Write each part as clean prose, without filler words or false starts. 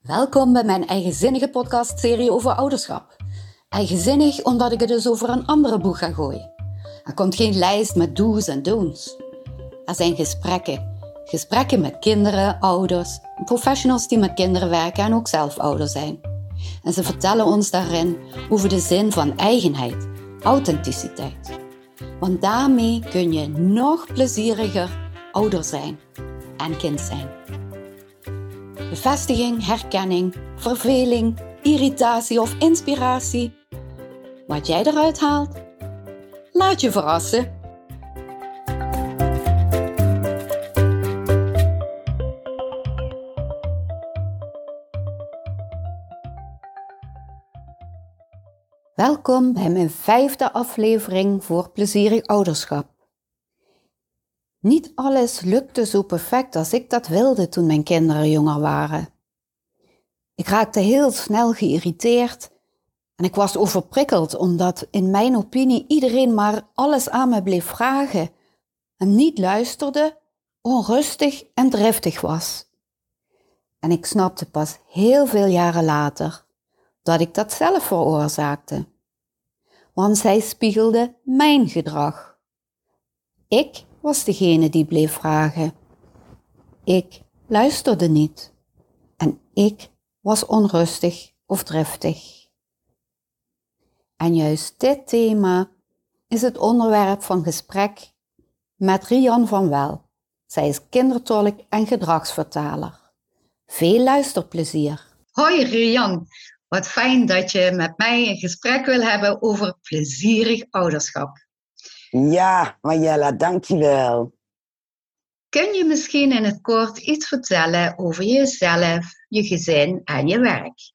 Welkom bij mijn eigenzinnige podcastserie over ouderschap. Eigenzinnig omdat ik het dus over een andere boeg ga gooien. Er komt geen lijst met do's en don'ts. Er zijn gesprekken. Gesprekken met kinderen, ouders, professionals die met kinderen werken en ook zelf ouder zijn. En ze vertellen ons daarin over de zin van eigenheid, authenticiteit. Want daarmee kun je nog plezieriger ouder zijn en kind zijn. Bevestiging, herkenning, verveling, irritatie of inspiratie. Wat jij eruit haalt, laat je verrassen. Welkom bij mijn 5e aflevering voor plezierig ouderschap. Niet alles lukte zo perfect als ik dat wilde toen mijn kinderen jonger waren. Ik raakte heel snel geïrriteerd en ik was overprikkeld omdat in mijn opinie iedereen maar alles aan me bleef vragen en niet luisterde, onrustig en driftig was. En ik snapte pas heel veel jaren later dat ik dat zelf veroorzaakte. Want zij spiegelde mijn gedrag. Ik was degene die bleef vragen. Ik luisterde niet. En ik was onrustig of driftig. En juist dit thema is het onderwerp van gesprek met Rian van Wel. Zij is kindertolk en gedragsvertaler. Veel luisterplezier. Hoi Rian, wat fijn dat je met mij een gesprek wil hebben over plezierig ouderschap. Ja, Marjella, dankjewel. Kun je misschien in het kort iets vertellen over jezelf, je gezin en je werk?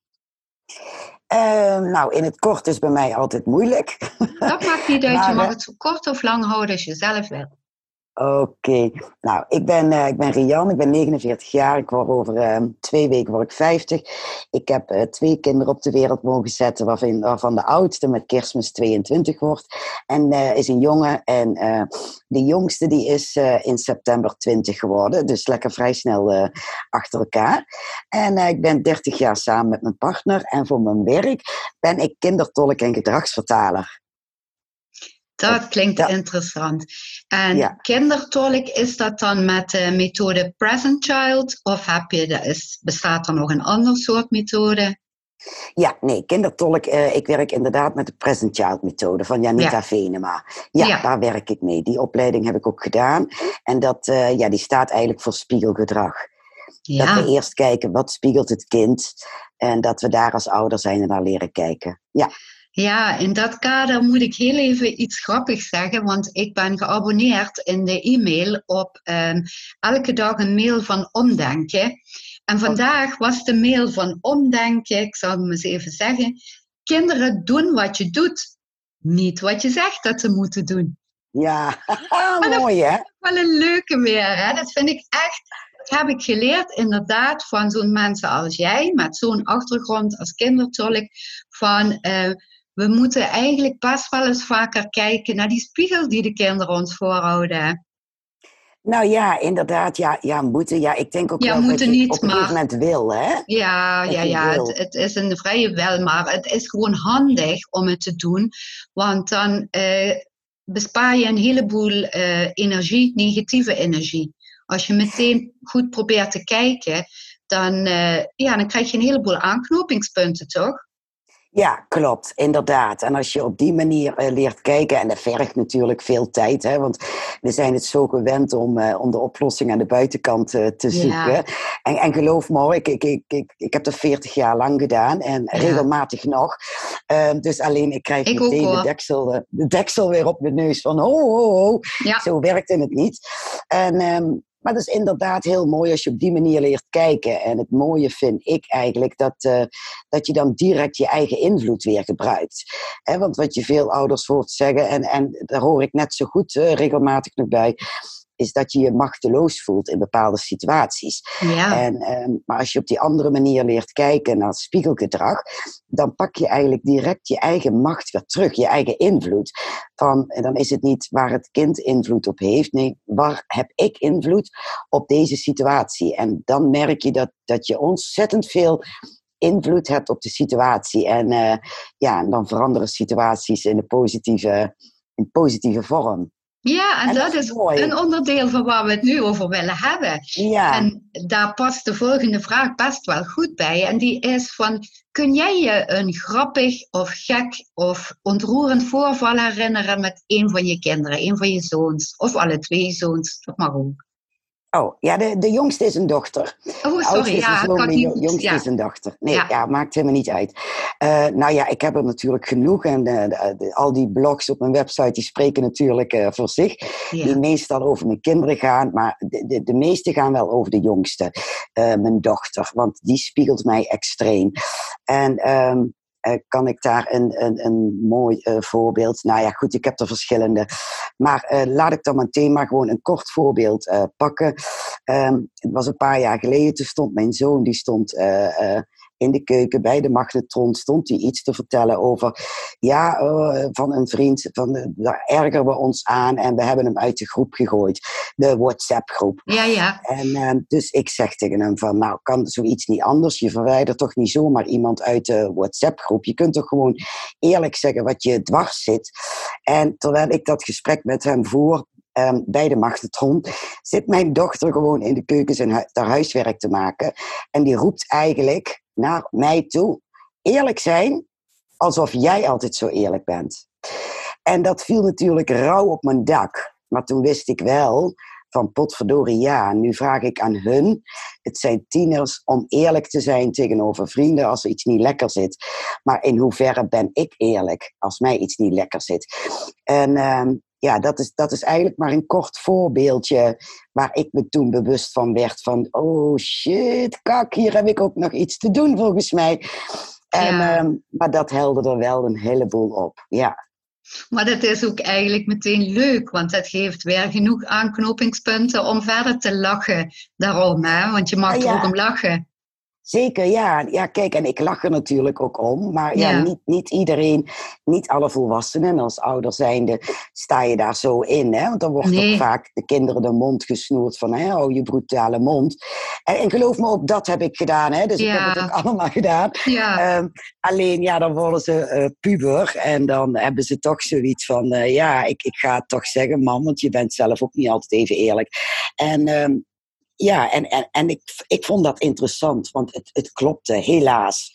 Nou, in het kort is bij mij altijd moeilijk. Dat maakt niet uit, je mag het zo kort of lang houden als je zelf wil. Oké. Nou, ik ben Rian, ik ben 49 jaar, ik word over 2 weken word ik 50. Ik heb 2 kinderen op de wereld mogen zetten, waarvan de oudste met Kerstmis 22 wordt. En is een jongen en de jongste die is in september 20 geworden, dus lekker vrij snel achter elkaar. En ik ben 30 jaar samen met mijn partner en voor mijn werk ben ik kindertolk en gedragsvertaler. Dat klinkt interessant. En kindertolk, is dat dan met de methode Present Child of bestaat er nog een ander soort methode? Ja, nee, kindertolk, ik werk inderdaad met de Present Child methode van Janita Venema. Ja, daar werk ik mee. Die opleiding heb ik ook gedaan. En die staat eigenlijk voor spiegelgedrag. Ja. Dat we eerst kijken, wat spiegelt het kind? En dat we daar als ouder zijn en naar leren kijken. Ja. Ja, in dat kader moet ik heel even iets grappigs zeggen, want ik ben geabonneerd in de e-mail op elke dag een mail van Omdenken. En vandaag was de mail van Omdenken, ik zal hem eens even zeggen, kinderen doen wat je doet, niet wat je zegt dat ze moeten doen. Ja, mooi hè? Wel een leuke weer, hè? Dat vind ik echt, dat heb ik geleerd inderdaad van zo'n mensen als jij, met zo'n achtergrond als kindertolk, van we moeten eigenlijk best wel eens vaker kijken naar die spiegel die de kinderen ons voorhouden. Nou ja, inderdaad. Ja, moeten. Ja, ik denk ook wel dat je op een gegeven moment wil, hè? Ja. Het is een vrije wil, maar het is gewoon handig om het te doen. Want dan bespaar je een heleboel energie, negatieve energie. Als je meteen goed probeert te kijken, dan krijg je een heleboel aanknopingspunten, toch? Ja, klopt, inderdaad. En als je op die manier leert kijken, en dat vergt natuurlijk veel tijd, hè, want we zijn het zo gewend om de oplossing aan de buitenkant te zoeken. Ja. En geloof me, ik heb dat 40 jaar lang gedaan en regelmatig nog. Dus alleen ik krijg meteen de deksel weer op mijn neus van zo werkt het niet. Maar het is inderdaad heel mooi als je op die manier leert kijken. En het mooie vind ik eigenlijk dat je dan direct je eigen invloed weer gebruikt. Want wat je veel ouders hoort zeggen, en daar hoor ik net zo goed regelmatig nog bij. is dat je je machteloos voelt in bepaalde situaties. Ja. Maar als je op die andere manier leert kijken naar spiegelgedrag, dan pak je eigenlijk direct je eigen macht weer terug, je eigen invloed. En dan is het niet waar het kind invloed op heeft, nee, waar heb ik invloed op deze situatie? En dan merk je dat je ontzettend veel invloed hebt op de situatie. En dan veranderen situaties in positieve vorm. Ja, en dat is mooi. Een onderdeel van waar we het nu over willen hebben. Ja. En daar past de volgende vraag best wel goed bij. En die is van, kun jij je een grappig of gek of ontroerend voorval herinneren met een van je kinderen, een van je zoons? Of alle 2 zoons, dat mag ook. Oh, ja, de jongste is een dochter. Oh, sorry, de jongste is een dochter. Nee, maakt helemaal niet uit. Ik heb er natuurlijk genoeg. En al die blogs op mijn website, die spreken natuurlijk voor zich. Ja. Die meestal over mijn kinderen gaan. Maar de meeste gaan wel over de jongste. Mijn dochter. Want die spiegelt mij extreem. En kan ik daar een mooi voorbeeld... Nou ja, goed, ik heb er verschillende. Maar laat ik dan mijn thema gewoon een kort voorbeeld pakken. Het was een paar jaar geleden, toen stond mijn zoon, die stond in de keuken bij de magnetron, stond hij iets te vertellen over, van een vriend, daar ergeren we ons aan en we hebben hem uit de groep gegooid. De WhatsApp-groep. Ja. En dus ik zeg tegen hem van, nou, kan zoiets niet anders? Je verwijdert toch niet zomaar iemand uit de WhatsApp-groep? Je kunt toch gewoon eerlijk zeggen wat je dwars zit? En terwijl ik dat gesprek met hem voer, bij de magnetron, zit mijn dochter gewoon in de keuken haar huiswerk te maken. En die roept eigenlijk naar mij toe, eerlijk zijn, alsof jij altijd zo eerlijk bent. En dat viel natuurlijk rauw op mijn dak. Maar toen wist ik wel van potverdorie, ja, nu vraag ik aan hun, het zijn tieners, om eerlijk te zijn tegenover vrienden als er iets niet lekker zit. Maar in hoeverre ben ik eerlijk als mij iets niet lekker zit? En dat is eigenlijk maar een kort voorbeeldje waar ik me toen bewust van werd van, oh shit, kak, hier heb ik ook nog iets te doen volgens mij. Maar dat helderde wel een heleboel op, ja. Maar dat is ook eigenlijk meteen leuk, want dat geeft weer genoeg aanknopingspunten om verder te lachen daarom, hè? Want je mag er ook om lachen. Zeker, ja. Ja, kijk, en ik lach er natuurlijk ook om. Maar niet iedereen, niet alle volwassenen als ouder zijnde, sta je daar zo in. Hè? Want dan wordt ook vaak de kinderen de mond gesnoerd van, oh, je brutale mond. En geloof me ook, dat heb ik gedaan. Hè? Dus ik heb het ook allemaal gedaan. Ja. Alleen, dan worden ze puber. En dan hebben ze toch zoiets van, ik ga het toch zeggen, mam, want je bent zelf ook niet altijd even eerlijk. En ik vond dat interessant, want het klopte, helaas.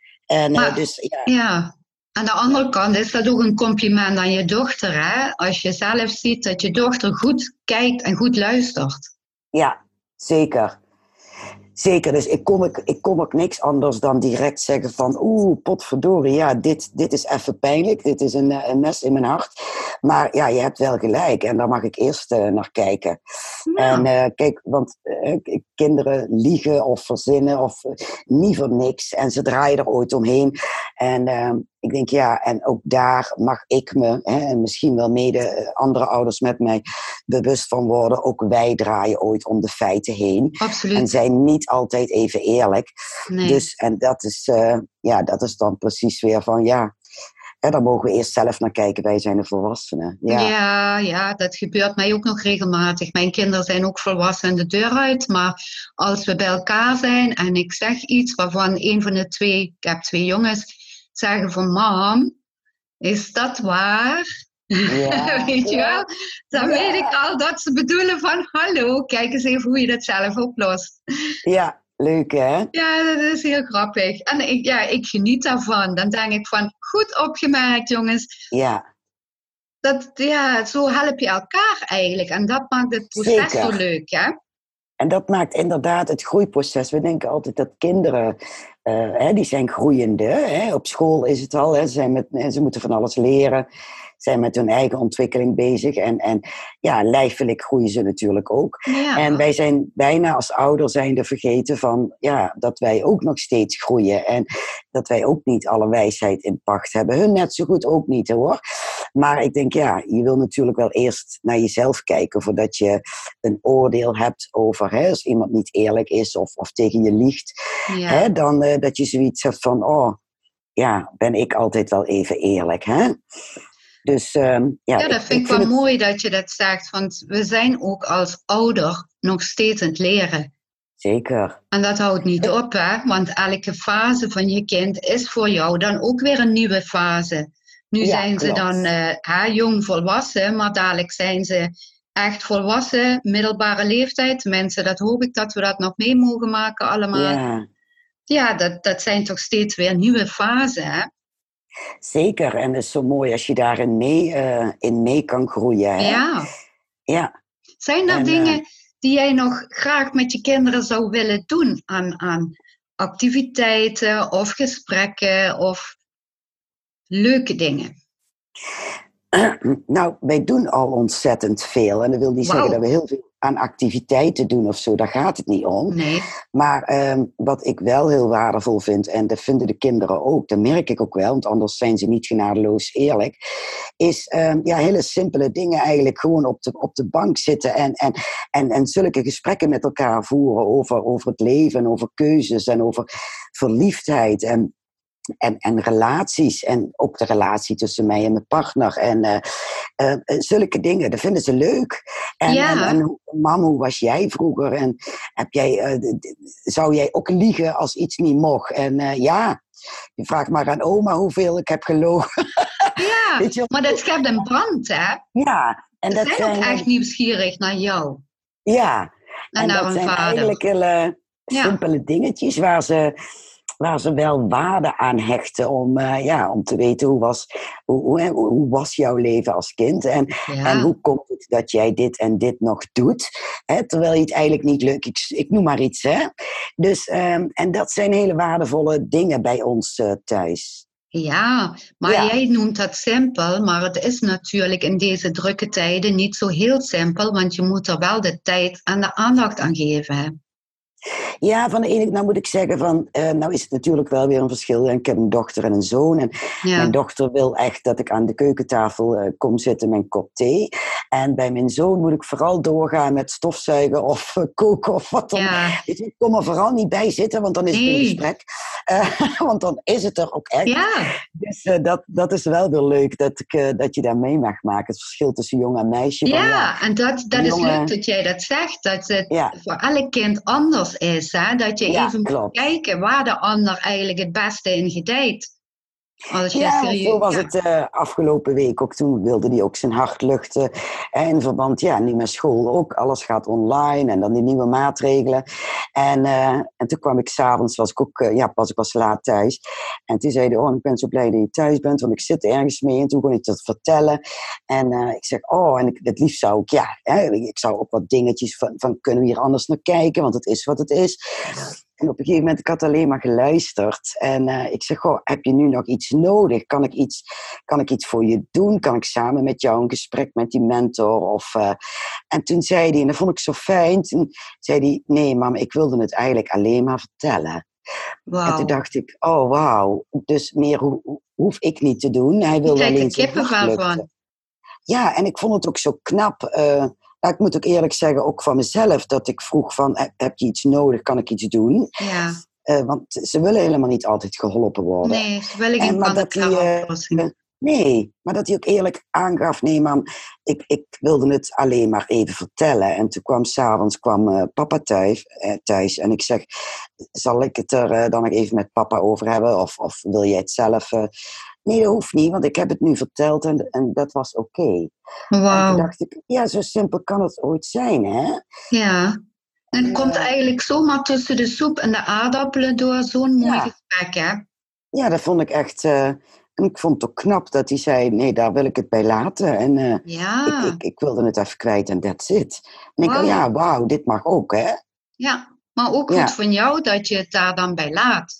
Aan de andere kant is dat ook een compliment aan je dochter, hè? Als je zelf ziet dat je dochter goed kijkt en goed luistert. Ja, zeker. Zeker, dus ik kon ook niks anders dan direct zeggen van, potverdorie, dit is even pijnlijk, dit is een mes in mijn hart. Maar je hebt wel gelijk en daar mag ik eerst naar kijken. Ja. En kijk, want kinderen liegen of verzinnen of niet voor niks en ze draaien er ooit omheen. En ik denk, en ook daar mag ik me, en misschien wel mede andere ouders met mij, bewust van worden. Ook wij draaien ooit om de feiten heen. Absoluut. En zijn niet altijd even eerlijk. Nee. Dus, en dat is dan precies weer van, daar mogen we eerst zelf naar kijken. Wij zijn de volwassenen. Ja, dat gebeurt mij ook nog regelmatig. Mijn kinderen zijn ook volwassen en de deur uit. Maar als we bij elkaar zijn en ik zeg iets waarvan een van de 2, ik heb 2 jongens, zeggen van, mam, is dat waar? Ja, weet je wel? Dan weet ik al dat ze bedoelen van, hallo, kijk eens even hoe je dat zelf oplost. Ja, leuk hè? Ja, dat is heel grappig. En ik geniet daarvan. Dan denk ik van, goed opgemerkt jongens. Ja. Zo help je elkaar eigenlijk. En dat maakt het proces zo leuk, hè? En dat maakt inderdaad het groeiproces. We denken altijd dat kinderen, die zijn groeiende. Hè? Op school is het al, ze moeten van alles leren. Zijn met hun eigen ontwikkeling bezig. En lijfelijk groeien ze natuurlijk ook. Ja. En wij zijn bijna als ouder zijnde vergeten van, dat wij ook nog steeds groeien. En dat wij ook niet alle wijsheid in pacht hebben. Hun net zo goed ook niet, hoor. Maar ik denk, ja, je wil natuurlijk wel eerst naar jezelf kijken voordat je een oordeel hebt over, hè, als iemand niet eerlijk is of tegen je liegt. Ja. Hè, dan dat je zoiets hebt van, oh, ja, ben ik altijd wel even eerlijk, hè? Dus Ja, dat vind ik wel mooi dat je dat zegt, want we zijn ook als ouder nog steeds aan het leren. Zeker. En dat houdt niet op, hè? Want elke fase van je kind is voor jou dan ook weer een nieuwe fase. Nu zijn ze dan jong volwassen, maar dadelijk zijn ze echt volwassen, middelbare leeftijd. Mensen, dat hoop ik dat we dat nog mee mogen maken allemaal. Ja, dat zijn toch steeds weer nieuwe fasen, hè? Zeker, en het is zo mooi als je daarin mee kan groeien. Hè? Ja. Zijn er dingen die jij nog graag met je kinderen zou willen doen aan activiteiten of gesprekken of leuke dingen? Nou, wij doen al ontzettend veel. En dat wil niet zeggen dat we heel veel aan activiteiten doen of zo. Daar gaat het niet om. Nee. Maar wat ik wel heel waardevol vind, en dat vinden de kinderen ook, dat merk ik ook wel, want anders zijn ze niet genadeloos eerlijk, is hele simpele dingen eigenlijk. Gewoon op de bank zitten en zulke gesprekken met elkaar voeren over het leven en over keuzes en over verliefdheid en relaties en ook de relatie tussen mij en mijn partner en zulke dingen, dat vinden ze leuk. En mam, hoe was jij vroeger? En zou jij ook liegen als iets niet mocht? En je vraagt maar aan oma hoeveel ik heb gelogen. Ja, weet je, maar dat schept een band, hè? Ja. En ze zijn ook echt nieuwsgierig naar jou. Ja. En naar dat een zijn vader. Eigenlijk hele simpele dingetjes waar ze wel waarde aan hechten om te weten hoe was jouw leven als kind en hoe komt het dat jij dit en dit nog doet, hè, terwijl je het eigenlijk niet leuk, ik noem maar iets, hè. Dus, en dat zijn hele waardevolle dingen bij ons thuis. Ja, maar jij noemt dat simpel, maar het is natuurlijk in deze drukke tijden niet zo heel simpel, want je moet er wel de tijd en de aandacht aan geven, hè? Ja, van de ene nou moet ik zeggen nou is het natuurlijk wel weer een verschil. Ik heb een dochter en een zoon. En mijn dochter wil echt dat ik aan de keukentafel kom zitten met een kop thee. En bij mijn zoon moet ik vooral doorgaan met stofzuigen of koken of wat dan. Ik kom er vooral niet bij zitten, want dan is het een gesprek. Want dan is het er ook echt. Ja. Dus dat is wel weer leuk dat je daar mee mag maken. Het verschil tussen jong en meisje. En dat is leuk dat jij dat zegt. Dat het voor elk kind anders is. Hè? Dat je even moet kijken waar de ander eigenlijk het beste in gedijt. Zo was het afgelopen week ook. Toen wilde hij ook zijn hart luchten. In verband, nu met school ook. Alles gaat online en dan die nieuwe maatregelen. En toen kwam ik s'avonds, was ik was laat thuis. En toen zei hij, ik ben zo blij dat je thuis bent, want ik zit ergens mee. En toen begon ik dat vertellen. En ik zeg, en het liefst zou ik, ik zou ook wat dingetjes van kunnen we hier anders naar kijken, want het is wat het is. En op een gegeven moment, ik had alleen maar geluisterd. En ik zeg, heb je nu nog iets nodig? Kan ik iets voor je doen? Kan ik samen met jou een gesprek met die mentor? En toen zei hij, en dat vond ik zo fijn, toen zei hij, nee mam, ik wilde het eigenlijk alleen maar vertellen. Wow. En toen dacht ik, wauw, dus meer hoef ik niet te doen. Hij wilde alleen zijn hart luchten. Ja, en ik vond het ook zo knap. Ik moet ook eerlijk zeggen, ook van mezelf, dat ik vroeg van, heb je iets nodig, kan ik iets doen? Ja. Want ze willen helemaal niet altijd geholpen worden. Nee, ze willen geen kant-en-klare oplossing. Nee, maar dat hij ook eerlijk aangaf, nee mam, ik wilde het alleen maar even vertellen. En toen s'avonds kwam papa thuis en ik zeg, zal ik het er dan nog even met papa over hebben? Of wil jij het zelf? Nee, dat hoeft niet, want ik heb het nu verteld en dat was oké. Wow. En toen dacht ik, zo simpel kan het ooit zijn, hè? Ja. En het komt eigenlijk zomaar tussen de soep en de aardappelen door zo'n mooi gesprek, hè? Ja, dat vond ik echt. En ik vond het ook knap dat hij zei, nee, daar wil ik het bij laten. En ik wilde het even kwijt en that's it. En ik dacht, wauw, dit mag ook, hè? Ja, maar ook goed van jou dat je het daar dan bij laat.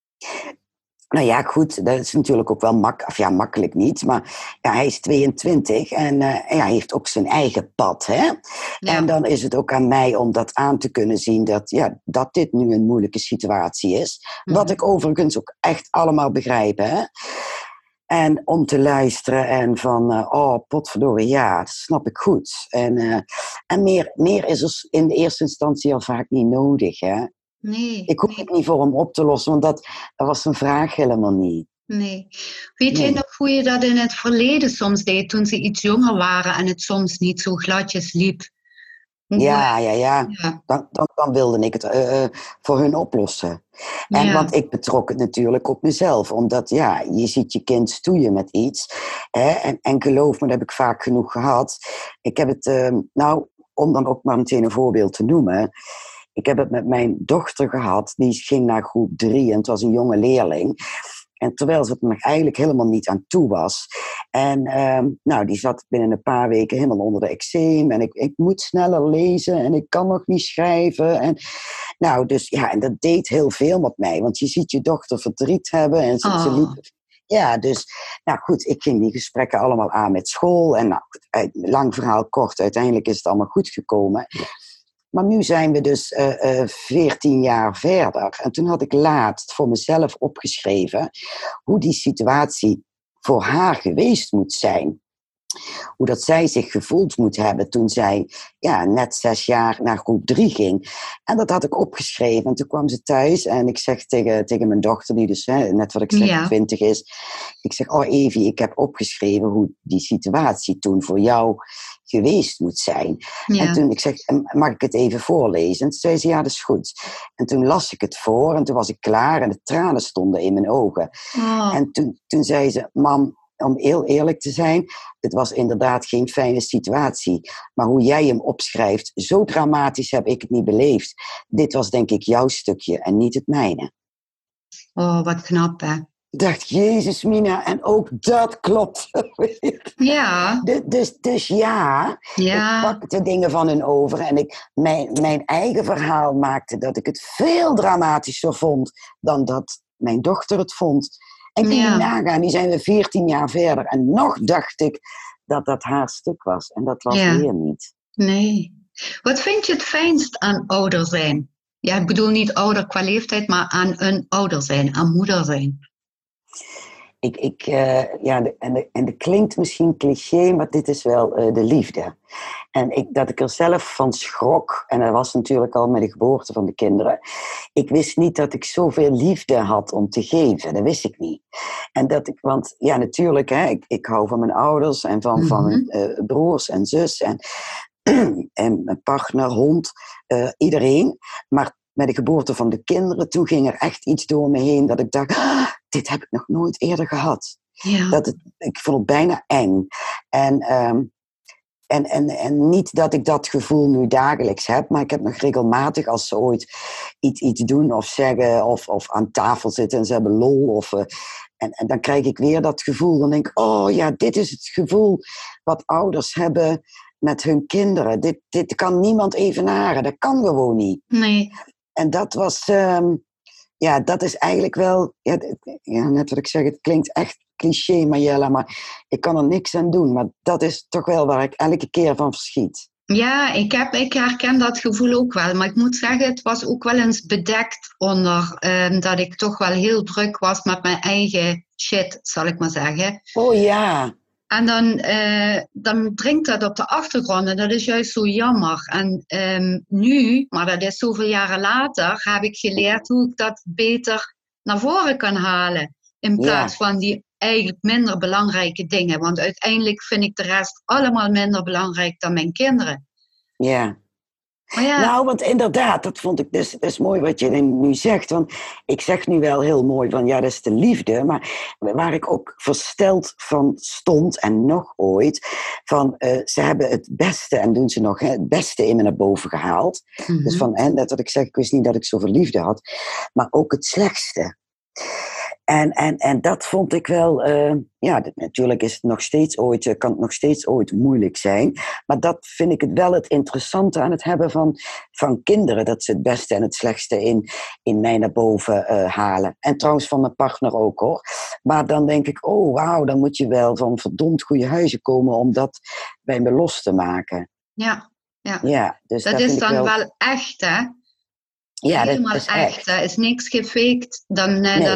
Nou ja, goed, dat is natuurlijk ook wel makkelijk niet. Maar hij is 22 en hij heeft ook zijn eigen pad. Hè? Ja. En dan is het ook aan mij om dat aan te kunnen zien dat dit nu een moeilijke situatie is. Mm-hmm. Wat ik overigens ook echt allemaal begrijp. Hè? En om te luisteren en van, potverdorie, ja, dat snap ik goed. En meer is er in de eerste instantie al vaak niet nodig, hè. Nee, Ik hoef het niet voor hem op te lossen, want dat was zijn vraag helemaal niet. nee. Weet je Nee. nog hoe je dat in het verleden soms deed, toen ze iets jonger waren en het soms niet zo gladjes liep? Ja. Dan wilde ik het voor hun oplossen. Want ik betrok het natuurlijk op mezelf. Omdat je ziet je kind stoeien met iets. Hè, en geloof me, dat heb ik vaak genoeg gehad. Ik heb het, om dan ook maar meteen een voorbeeld te noemen. Ik heb het met mijn dochter gehad. Die ging naar groep 3 en het was een jonge leerling. En terwijl ze er nog eigenlijk helemaal niet aan toe was. En die zat binnen een paar weken helemaal onder de eczeem. En ik moet sneller lezen en ik kan nog niet schrijven. En dat deed heel veel met mij. Want je ziet je dochter verdriet hebben. En ze liep. Ja, dus, goed, ik ging die gesprekken allemaal aan met school. En lang verhaal kort, uiteindelijk is het allemaal goed gekomen. Maar nu zijn we dus 14 jaar verder. En toen had ik laatst voor mezelf opgeschreven hoe die situatie voor haar geweest moet zijn. Hoe dat zij zich gevoeld moet hebben toen zij net 6 jaar naar groep 3 ging. En dat had ik opgeschreven. En toen kwam ze thuis en ik zeg tegen mijn dochter, die dus net wat ik zeg 20 is. Ik zeg, Evie, ik heb opgeschreven hoe die situatie toen voor jou geweest moet zijn. Ja. En toen ik zeg, mag ik het even voorlezen? En toen zei ze, ja, dat is goed. En toen las ik het voor en toen was ik klaar en de tranen stonden in mijn ogen. En toen zei ze, mam, om heel eerlijk te zijn, het was inderdaad geen fijne situatie. Maar hoe jij hem opschrijft, zo dramatisch heb ik het niet beleefd. Dit was denk ik jouw stukje en niet het mijne. Oh, wat knap, hè? Ik dacht, Jezus, Mina, en ook dat klopt. Ja. Dus ik pakte dingen van hen over en mijn eigen verhaal maakte dat ik het veel dramatischer vond dan dat mijn dochter het vond. En kun je nagaan, die zijn we 14 jaar verder. En nog dacht ik dat dat haar stuk was. En dat was weer niet. Nee. Wat vind je het fijnst aan ouder zijn? Ja, ik bedoel niet ouder qua leeftijd, maar aan een ouder zijn, aan moeder zijn. En dat klinkt misschien cliché, maar dit is wel de liefde. En dat ik er zelf van schrok, en dat was natuurlijk al met de geboorte van de kinderen. Ik wist niet dat ik zoveel liefde had om te geven, dat wist ik niet. En want natuurlijk, hè, ik hou van mijn ouders en van mijn broers en zus en mijn partner, hond, iedereen. Maar met de geboorte van de kinderen, toen ging er echt iets door me heen dat ik dacht, dit heb ik nog nooit eerder gehad. Ja. Ik vond het bijna eng. En niet dat ik dat gevoel nu dagelijks heb, maar ik heb nog regelmatig als ze ooit iets doen of zeggen of aan tafel zitten en ze hebben lol. En dan krijg ik weer dat gevoel. Dan denk ik, dit is het gevoel wat ouders hebben met hun kinderen. Dit kan niemand evenaren. Dat kan gewoon niet. Nee. En dat was, dat is eigenlijk wel, net wat ik zeg, het klinkt echt cliché, Marjella, maar ik kan er niks aan doen. Maar dat is toch wel waar ik elke keer van verschiet. Ja, ik herken dat gevoel ook wel. Maar ik moet zeggen, het was ook wel eens bedekt onder dat ik toch wel heel druk was met mijn eigen shit, zal ik maar zeggen. Oh ja. En dan dringt dat op de achtergrond en dat is juist zo jammer. En nu, maar dat is zoveel jaren later, heb ik geleerd hoe ik dat beter naar voren kan halen. In plaats van die eigenlijk minder belangrijke dingen. Want uiteindelijk vind ik de rest allemaal minder belangrijk dan mijn kinderen. Ja. Nou, want inderdaad, dat vond ik dus mooi wat je nu zegt. Want ik zeg nu wel heel mooi van, dat is de liefde. Maar waar ik ook versteld van stond, en nog ooit, van ze hebben het beste, en doen ze nog, het beste in me naar boven gehaald. Mm-hmm. Dus van, net wat ik zeg, ik wist niet dat ik zoveel liefde had. Maar ook het slechtste. En dat vond ik wel, natuurlijk is het kan het nog steeds ooit moeilijk zijn. Maar dat vind ik wel het interessante aan het hebben van kinderen. Dat ze het beste en het slechtste in mij naar boven halen. En trouwens van mijn partner ook hoor. Maar dan denk ik, wauw, dan moet je wel van verdomd goede huizen komen om dat bij me los te maken. Ja, dus dat is dan wel echt, hè? Ja, helemaal dat is echt. Er is niks gefaked. Dan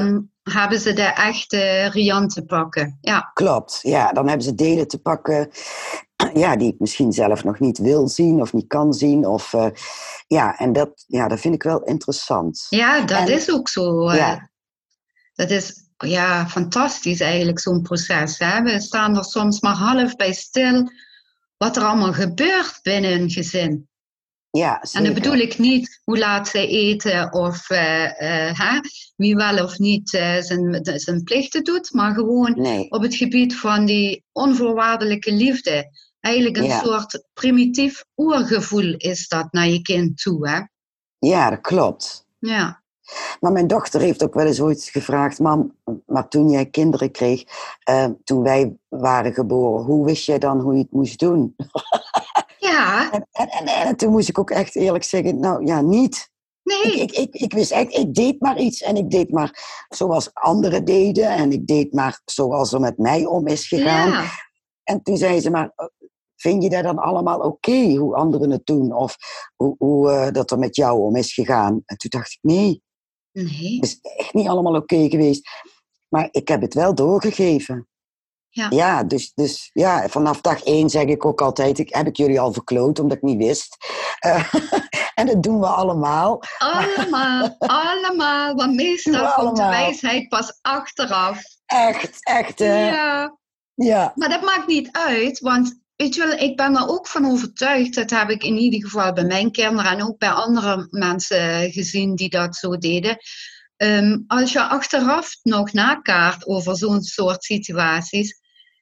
hebben ze de echte Rian te pakken. Ja. Klopt, ja. Dan hebben ze delen te pakken ja, die ik misschien zelf nog niet wil zien of niet kan zien. Of, en dat vind ik wel interessant. Ja, dat is ook zo. Ja. Dat is fantastisch eigenlijk, zo'n proces. Hè? We staan er soms maar half bij stil wat er allemaal gebeurt binnen een gezin. Ja, zeker. En dan bedoel ik niet hoe laat ze eten of wie wel of niet zijn plichten doet, maar gewoon op het gebied van die onvoorwaardelijke liefde. Eigenlijk een soort primitief oergevoel is dat naar je kind toe. Hè? Ja, dat klopt. Ja. Maar mijn dochter heeft ook wel eens ooit gevraagd, mam, maar toen jij kinderen kreeg, toen wij waren geboren, hoe wist jij dan hoe je het moest doen? Ja. En toen moest ik ook echt eerlijk zeggen, nou ja, niet. Nee. Ik wist echt, ik deed maar iets en ik deed maar zoals anderen deden en ik deed maar zoals er met mij om is gegaan. Ja. En toen zei ze maar, vind je dat dan allemaal oké, hoe anderen het doen of hoe dat er met jou om is gegaan? En toen dacht ik, nee. Het is echt niet allemaal oké geweest. Maar ik heb het wel doorgegeven. Ja, dus ja, vanaf dag 1 zeg ik ook altijd, heb ik jullie al verkloot omdat ik niet wist. En dat doen we allemaal. Allemaal. Want meestal komt de wijsheid pas achteraf. Echt. Ja. Maar dat maakt niet uit, want weet je wel, ik ben er ook van overtuigd, dat heb ik in ieder geval bij mijn kinderen en ook bij andere mensen gezien die dat zo deden. Als je achteraf nog nakaart over zo'n soort situaties,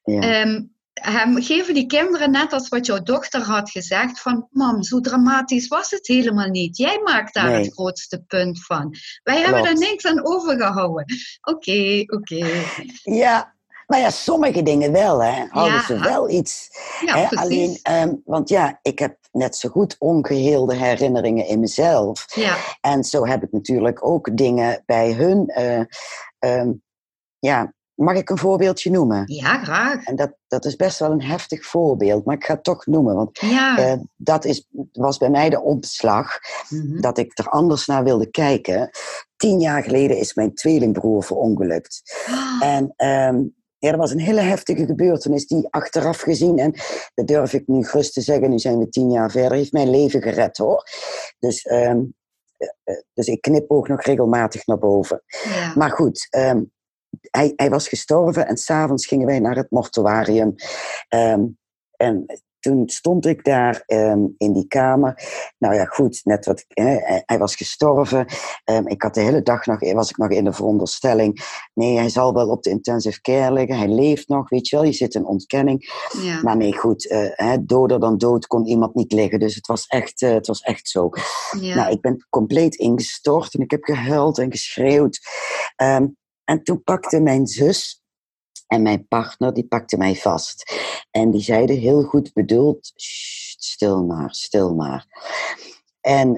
geven die kinderen net als wat jouw dochter had gezegd van, mam, zo dramatisch was het helemaal niet. Jij maakt daar het grootste punt van. Wij hebben daar niks aan overgehouden. Oké. Ja. Maar ja, sommige dingen wel, hè. Hadden ze wel iets. Ja, hè? precies. Alleen, want ja, ik heb net zo goed ongeheelde herinneringen in mezelf. Ja. En zo heb ik natuurlijk ook dingen bij hun. Mag ik een voorbeeldje noemen? Ja, graag. En dat is best wel een heftig voorbeeld, maar ik ga het toch noemen. Want dat was bij mij de omslag dat ik er anders naar wilde kijken. 10 jaar geleden is mijn tweelingbroer verongelukt. En dat was een hele heftige gebeurtenis die achteraf gezien, en dat durf ik nu gerust te zeggen, nu zijn we 10 jaar verder, heeft mijn leven gered, hoor. Dus ik knipoog nog regelmatig naar boven. Ja. Maar goed, hij was gestorven en 's avonds gingen wij naar het mortuarium. En toen stond ik daar in die kamer. Nou ja, goed, net wat hij was gestorven. Ik had de hele dag was ik nog in de veronderstelling. Nee, hij zal wel op de intensive care liggen. Hij leeft nog, weet je wel. Je zit in ontkenning. Ja. Maar nee, goed, doder dan dood kon iemand niet liggen. Dus het was echt zo. Ja. Nou, ik ben compleet ingestort en ik heb gehuild en geschreeuwd. En toen pakte mijn zus en mijn partner, die pakte mij vast. En die zeiden heel goed bedoeld, stil maar. En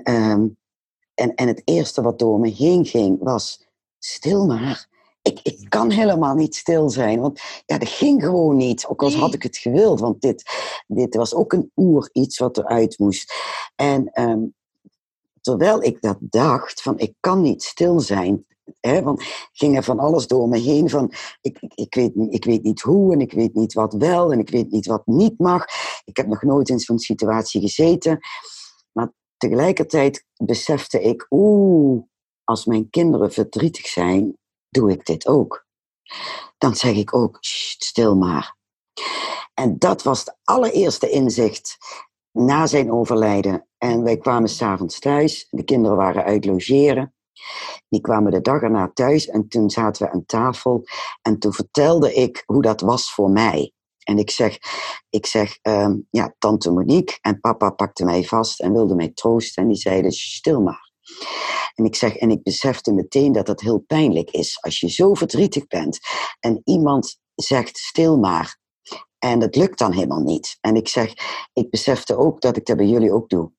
het eerste wat door me heen ging was, stil maar. Ik kan helemaal niet stil zijn, want ja, dat ging gewoon niet. Ook al had ik het gewild, want dit was ook een iets wat eruit moest. En terwijl ik dat dacht, van ik kan niet stil zijn, want ging er van alles door me heen van ik weet niet hoe en ik weet niet wat wel en ik weet niet wat niet mag. Ik heb nog nooit in zo'n situatie gezeten. Maar tegelijkertijd besefte ik, als mijn kinderen verdrietig zijn, doe ik dit ook. Dan zeg ik ook, stil maar. En dat was het allereerste inzicht na zijn overlijden. En wij kwamen 's avonds thuis. De kinderen waren uit logeren. Die kwamen de dag erna thuis en toen zaten we aan tafel. En toen vertelde ik hoe dat was voor mij. En ik zeg, tante Monique en papa pakte mij vast en wilde mij troosten. En die zeiden, stil maar. En ik zeg, en ik besefte meteen dat het heel pijnlijk is. Als je zo verdrietig bent en iemand zegt, stil maar. En dat lukt dan helemaal niet. En ik zeg, ik besefte ook dat ik dat bij jullie ook doe.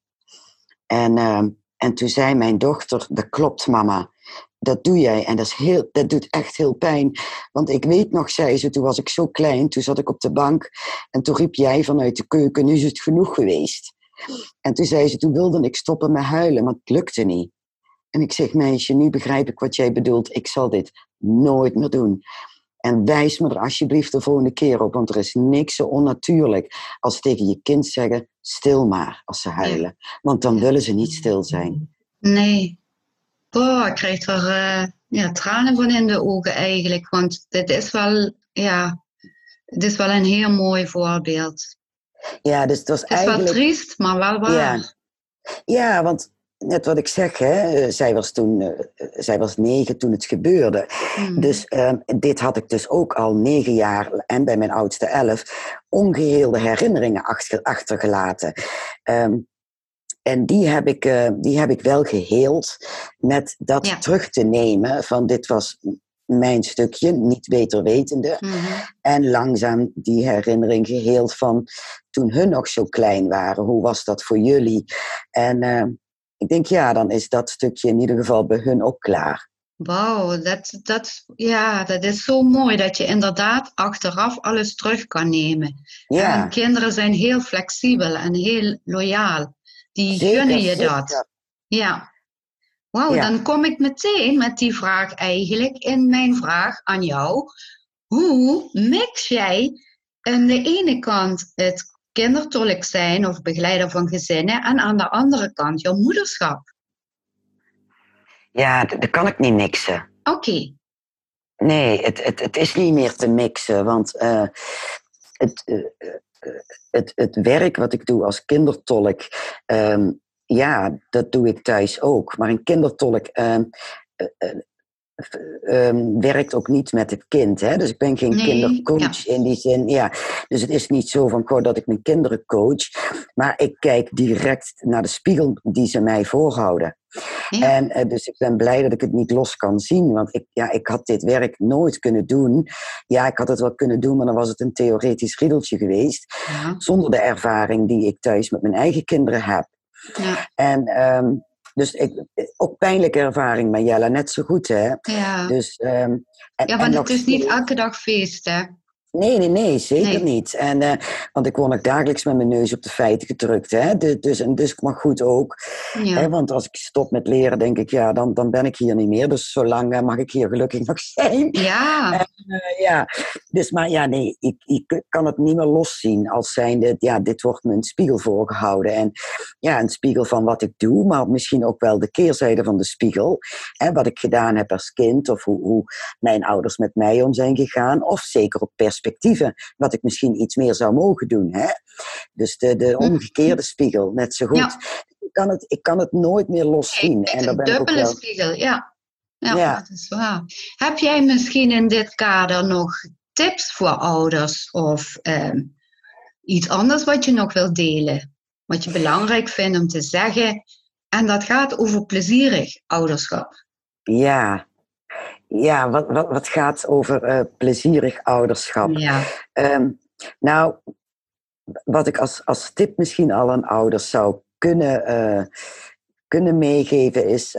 En toen zei mijn dochter, dat klopt mama, dat doe jij. En dat doet echt heel pijn. Want ik weet nog, zei ze, toen was ik zo klein, toen zat ik op de bank. En toen riep jij vanuit de keuken, nu is het genoeg geweest. En toen zei ze, toen wilde ik stoppen met huilen, maar het lukte niet. En ik zeg, meisje, nu begrijp ik wat jij bedoelt. Ik zal dit nooit meer doen. En wijs me er alsjeblieft de volgende keer op, want er is niks zo onnatuurlijk als tegen je kind zeggen, stil maar als ze huilen. Want dan willen ze niet stil zijn. Nee. Ik krijg er tranen van in de ogen eigenlijk, want dit is wel een heel mooi voorbeeld. Ja, dus het was eigenlijk... Het is wel triest, maar wel waar. Ja, want net wat ik zeg, hè, zij was 9 toen het gebeurde. Dus dit had ik dus ook al 9 jaar en bij mijn oudste 11 ongeheelde herinneringen achtergelaten. En die heb ik wel geheeld met dat terug te nemen van dit was mijn stukje, niet beter wetende. En langzaam die herinnering geheeld van toen hun nog zo klein waren. Hoe was dat voor jullie? En ik denk, dan is dat stukje in ieder geval bij hun ook klaar. Wauw, dat is zo mooi dat je inderdaad achteraf alles terug kan nemen. Ja. En kinderen zijn heel flexibel en heel loyaal. Die gunnen je dat. Ja. Wauw, dan kom ik meteen met die vraag eigenlijk in mijn vraag aan jou. Hoe mix jij aan de ene kant het kindertolk zijn of begeleider van gezinnen en aan de andere kant jouw moederschap? Ja, dat kan ik niet mixen. Oké. Nee, het is niet meer te mixen, want het werk wat ik doe als kindertolk, dat doe ik thuis ook. Maar een kindertolk werkt ook niet met het kind. Hè? Dus ik ben geen kindercoach in die zin. Ja. Dus het is niet zo van dat ik mijn kinderen coach. Maar ik kijk direct naar de spiegel die ze mij voorhouden. Ja. En dus ik ben blij dat ik het niet los kan zien. Want ik had dit werk nooit kunnen doen. Ja, ik had het wel kunnen doen, maar dan was het een theoretisch riedeltje geweest. Ja. Zonder de ervaring die ik thuis met mijn eigen kinderen heb. Ja. En dus ook pijnlijke ervaring, Marjella, net zo goed, hè? Ja, dus, want het is niet elke dag feest, hè? Nee, zeker niet. En, want ik word nog dagelijks met mijn neus op de feiten gedrukt. Hè? Dus maar goed ook. Ja. Hè? Want als ik stop met leren, denk ik, dan ben ik hier niet meer. Dus zolang mag ik hier gelukkig nog zijn. Ja. En, dus, maar ik kan het niet meer loszien als zijnde, dit wordt me een spiegel voorgehouden. En een spiegel van wat ik doe, maar misschien ook wel de keerzijde van de spiegel. Hè? Wat ik gedaan heb als kind, of hoe mijn ouders met mij om zijn gegaan. Of zeker op perspectieven, wat ik misschien iets meer zou mogen doen. Hè? Dus de omgekeerde spiegel, net zo goed. Ja. Ik kan het nooit meer loszien. Het is een dubbele spiegel, ja, dat is waar. Heb jij misschien in dit kader nog tips voor ouders of iets anders wat je nog wilt delen? Wat je belangrijk vindt om te zeggen? En dat gaat over plezierig ouderschap. Ja, wat gaat over plezierig ouderschap? Ja. Nou, wat ik als tip misschien al aan ouders zou kunnen meegeven is...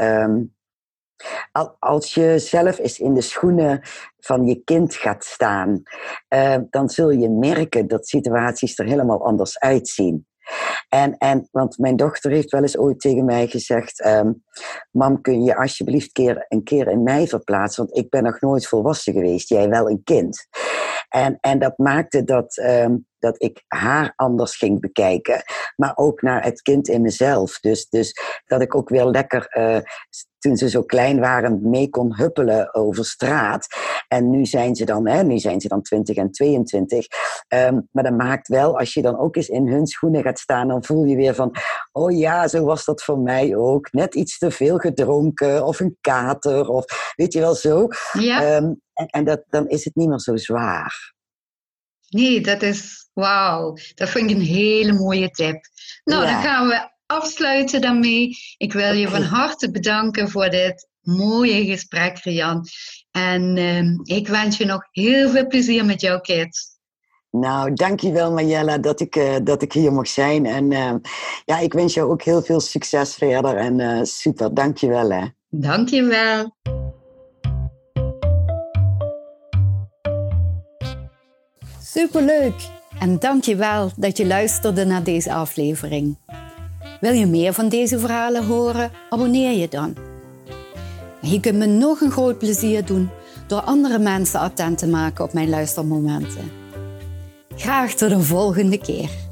als je zelf eens in de schoenen van je kind gaat staan... dan zul je merken dat situaties er helemaal anders uitzien. Want mijn dochter heeft wel eens ooit tegen mij gezegd... Mam, kun je alsjeblieft een keer in mij verplaatsen? Want ik ben nog nooit volwassen geweest, jij wel een kind. En dat maakte dat ik haar anders ging bekijken. Maar ook naar het kind in mezelf. Dus dat ik ook weer lekker... toen ze zo klein waren, mee kon huppelen over straat. En nu zijn ze dan 20 en 22. Maar dat maakt wel, als je dan ook eens in hun schoenen gaat staan, dan voel je weer van, oh ja, zo was dat voor mij ook. Net iets te veel gedronken, of een kater, of weet je wel zo. Ja. Dan is het niet meer zo zwaar. Nee, dat is, wauw. Dat vind ik een hele mooie tip. Nou, dan gaan we afsluiten daarmee. Ik wil je van harte bedanken voor dit mooie gesprek, Rian. En ik wens je nog heel veel plezier met jouw kids. Nou, dankjewel Marjella dat ik hier mag zijn. En ik wens jou ook heel veel succes verder. En super, dankjewel hè. Dankjewel. Superleuk! En dankjewel dat je luisterde naar deze aflevering. Wil je meer van deze verhalen horen? Abonneer je dan. Je kunt me nog een groot plezier doen door andere mensen attent te maken op mijn luistermomenten. Graag tot een volgende keer.